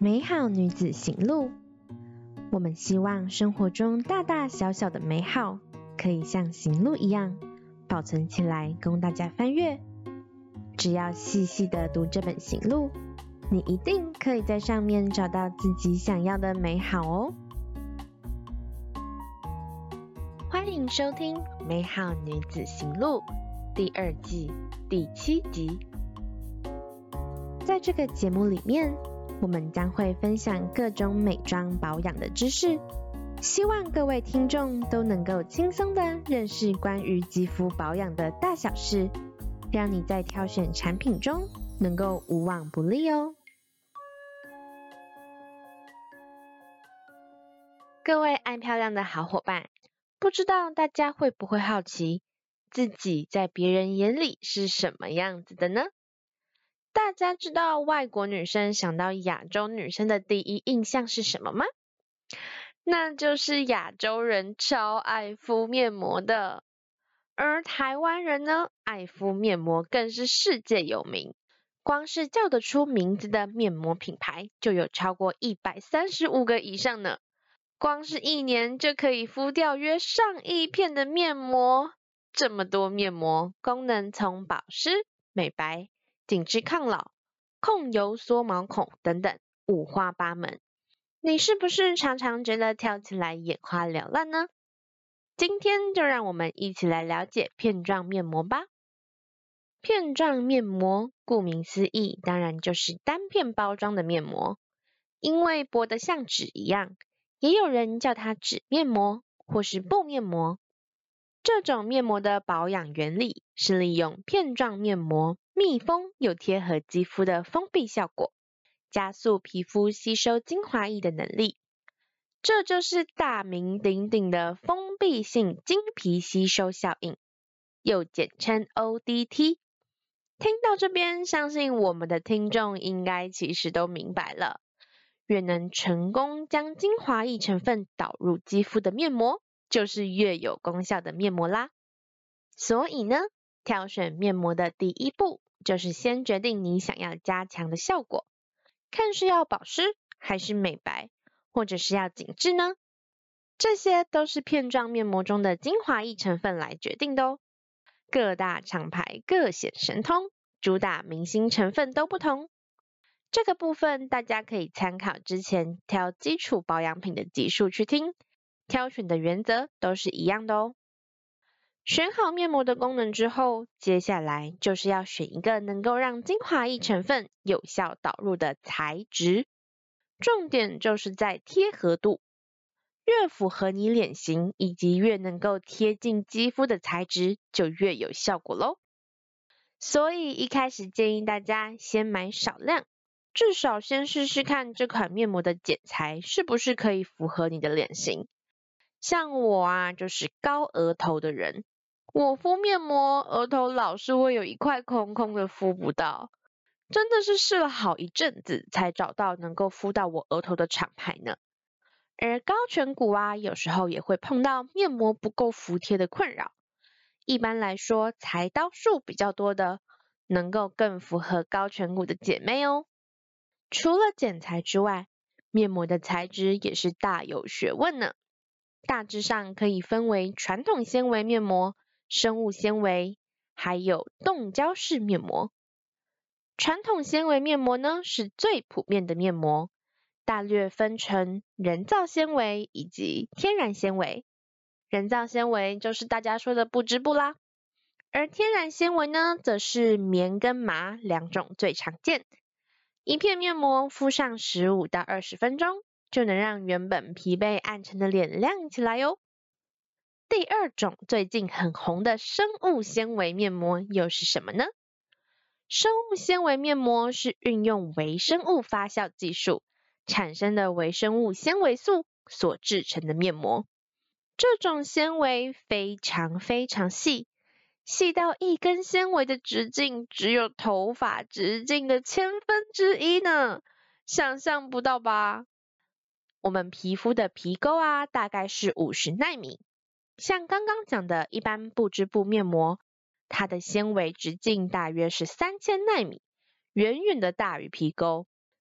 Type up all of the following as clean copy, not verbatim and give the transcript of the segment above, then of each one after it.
美好女子行路，我们希望生活中大大小小的美好，可以像行路一样保存起来供大家翻阅。只要细细的读这本行路，你一定可以在上面找到自己想要的美好哦。欢迎收听《美好女子行路》第2季第7集。在这个节目里面，我们将会分享各种美妆保养的知识，希望各位听众都能够轻松的认识关于肌肤保养的大小事，让你在挑选产品中能够无往不利哦。各位爱漂亮的好伙伴，不知道大家会不会好奇，自己在别人眼里是什么样子的呢？大家知道外国女生想到亚洲女生的第一印象是什么吗？那就是亚洲人超爱敷面膜的，而台湾人呢，爱敷面膜更是世界有名，光是叫得出名字的面膜品牌就有超过135个以上呢，光是1年就可以敷掉约上亿片的面膜。这么多面膜，功能从保湿、美白、紧致抗老、控油缩毛孔等等，五花八门。你是不是常常觉得挑起来眼花缭乱呢？今天就让我们一起来了解片状面膜吧。片状面膜顾名思义，当然就是单片包装的面膜，因为薄得像纸一样，也有人叫它纸面膜或是布面膜。这种面膜的保养原理是利用片状面膜密封又贴合肌肤的封闭效果，加速皮肤吸收精华液的能力。这就是大名鼎鼎的封闭性经皮吸收效应，又简称 ODT。 听到这边，相信我们的听众应该其实都明白了，越能成功将精华液成分导入肌肤的面膜，就是越有功效的面膜啦。所以呢，挑选面膜的第一步就是先决定你想要加强的效果，看是要保湿还是美白，或者是要紧致呢？这些都是片状面膜中的精华液成分来决定的哦。各大厂牌各显神通，主打明星成分都不同。这个部分大家可以参考之前挑基础保养品的集数去听，挑选的原则都是一样的哦。选好面膜的功能之后，接下来就是要选一个能够让精华液成分有效导入的材质，重点就是在贴合度，越符合你脸型以及越能够贴近肌肤的材质，就越有效果咯。所以一开始建议大家先买少量，至少先试试看这款面膜的剪裁是不是可以符合你的脸型。像我啊，就是高额头的人，我敷面膜，额头老是会有一块空空的敷不到，真的是试了好一阵子才找到能够敷到我额头的厂牌呢。而高颧骨啊，有时候也会碰到面膜不够服帖的困扰。一般来说，裁刀数比较多的，能够更符合高颧骨的姐妹哦。除了剪裁之外，面膜的材质也是大有学问呢。大致上可以分为传统纤维面膜、生物纤维，还有冻胶式面膜。传统纤维面膜呢，是最普遍的面膜，大略分成人造纤维以及天然纤维。人造纤维就是大家说的不织布啦，而天然纤维呢，则是棉跟麻两种最常见。一片面膜敷上15到20分钟，就能让原本疲惫暗沉的脸亮起来哦。第二种最近很红的生物纤维面膜又是什么呢？生物纤维面膜是运用微生物发酵技术产生的微生物纤维素所制成的面膜。这种纤维非常非常细，细到一根纤维的直径只有头发直径的1/1000呢，想象不到吧？我们皮肤的皮沟啊，大概是50奈米。像刚刚讲的一般不织布面膜，它的纤维直径大约是3000奈米，远远的大于皮沟，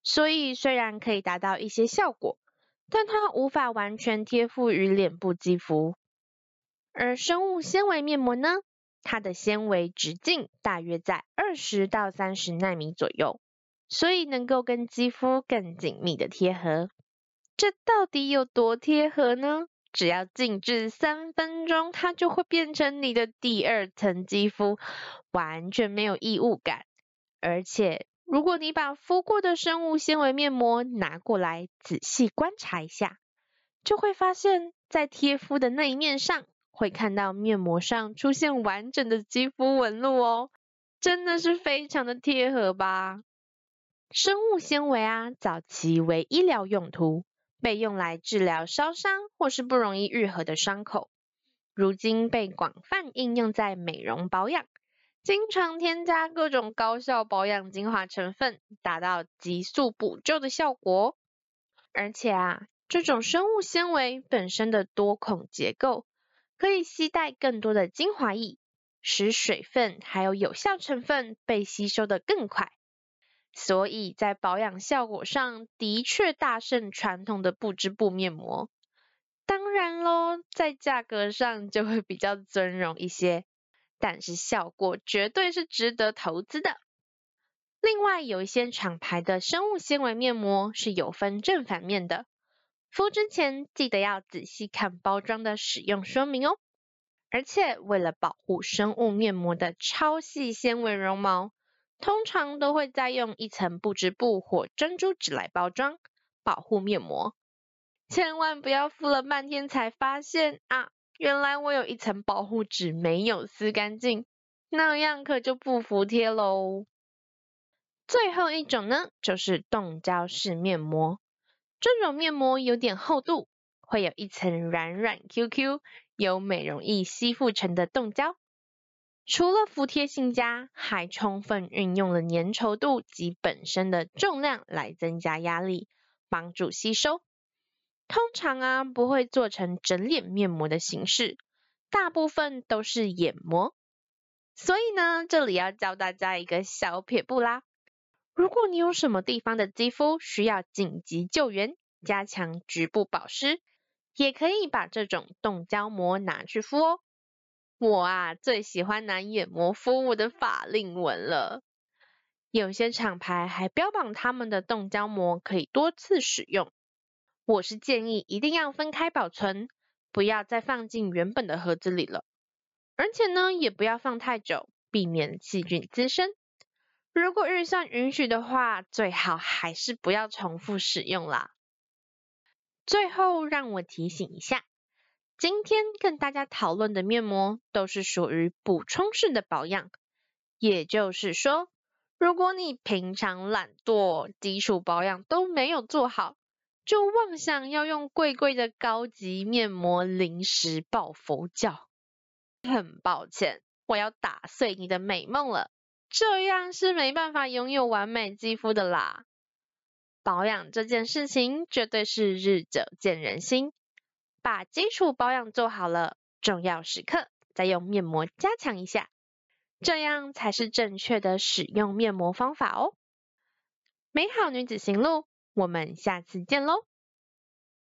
所以虽然可以达到一些效果，但它无法完全贴附于脸部肌肤。而生物纤维面膜呢，它的纤维直径大约在20到30奈米左右，所以能够跟肌肤更紧密的贴合。这到底有多贴合呢？只要静置3分钟，它就会变成你的第2层肌肤，完全没有异物感。而且，如果你把敷过的生物纤维面膜拿过来仔细观察一下，就会发现，在贴敷的那一面上，会看到面膜上出现完整的肌肤纹路哦，真的是非常的贴合吧？生物纤维啊，早期为医疗用途，被用来治疗烧伤或是不容易愈合的伤口，如今被广泛应用在美容保养，经常添加各种高效保养精华成分，达到急速补救的效果。而且啊，这种生物纤维本身的多孔结构，可以携带更多的精华液，使水分还有有效成分被吸收得更快。所以在保养效果上的确大胜传统的不织布面膜。当然咯，在价格上就会比较尊荣一些，但是效果绝对是值得投资的。另外有一些厂牌的生物纤维面膜是有分正反面的，敷之前记得要仔细看包装的使用说明哦。而且为了保护生物面膜的超细纤维绒毛，通常都会再用一层不织布或珍珠纸来包装，保护面膜。千万不要敷了半天才发现啊，原来我有一层保护纸没有撕干净，那样可就不服帖咯。最后一种呢，就是冻胶式面膜。这种面膜有点厚度，会有一层软软 QQ 由美容液吸附成的冻胶。除了服帖性佳，还充分运用了粘稠度及本身的重量来增加压力，帮助吸收。通常啊，不会做成整脸面膜的形式，大部分都是眼膜。所以呢，这里要教大家一个小撇步啦。如果你有什么地方的肌肤需要紧急救援，加强局部保湿，也可以把这种冻胶膜拿去敷哦。我啊，最喜欢拿眼膜敷我的法令纹了。有些厂牌还标榜他们的冻胶膜可以多次使用。我是建议一定要分开保存，不要再放进原本的盒子里了。而且呢，也不要放太久，避免细菌滋生。如果预算允许的话，最好还是不要重复使用啦。最后让我提醒一下，今天跟大家讨论的面膜都是属于补充式的保养，也就是说，如果你平常懒惰，基础保养都没有做好，就妄想要用贵贵的高级面膜临时抱佛脚，很抱歉，我要打碎你的美梦了。这样是没办法拥有完美肌肤的啦。保养这件事情绝对是日久见人心，把基础保养做好了，重要时刻再用面膜加强一下，这样才是正确的使用面膜方法哦。美好女子行路，我们下次见喽。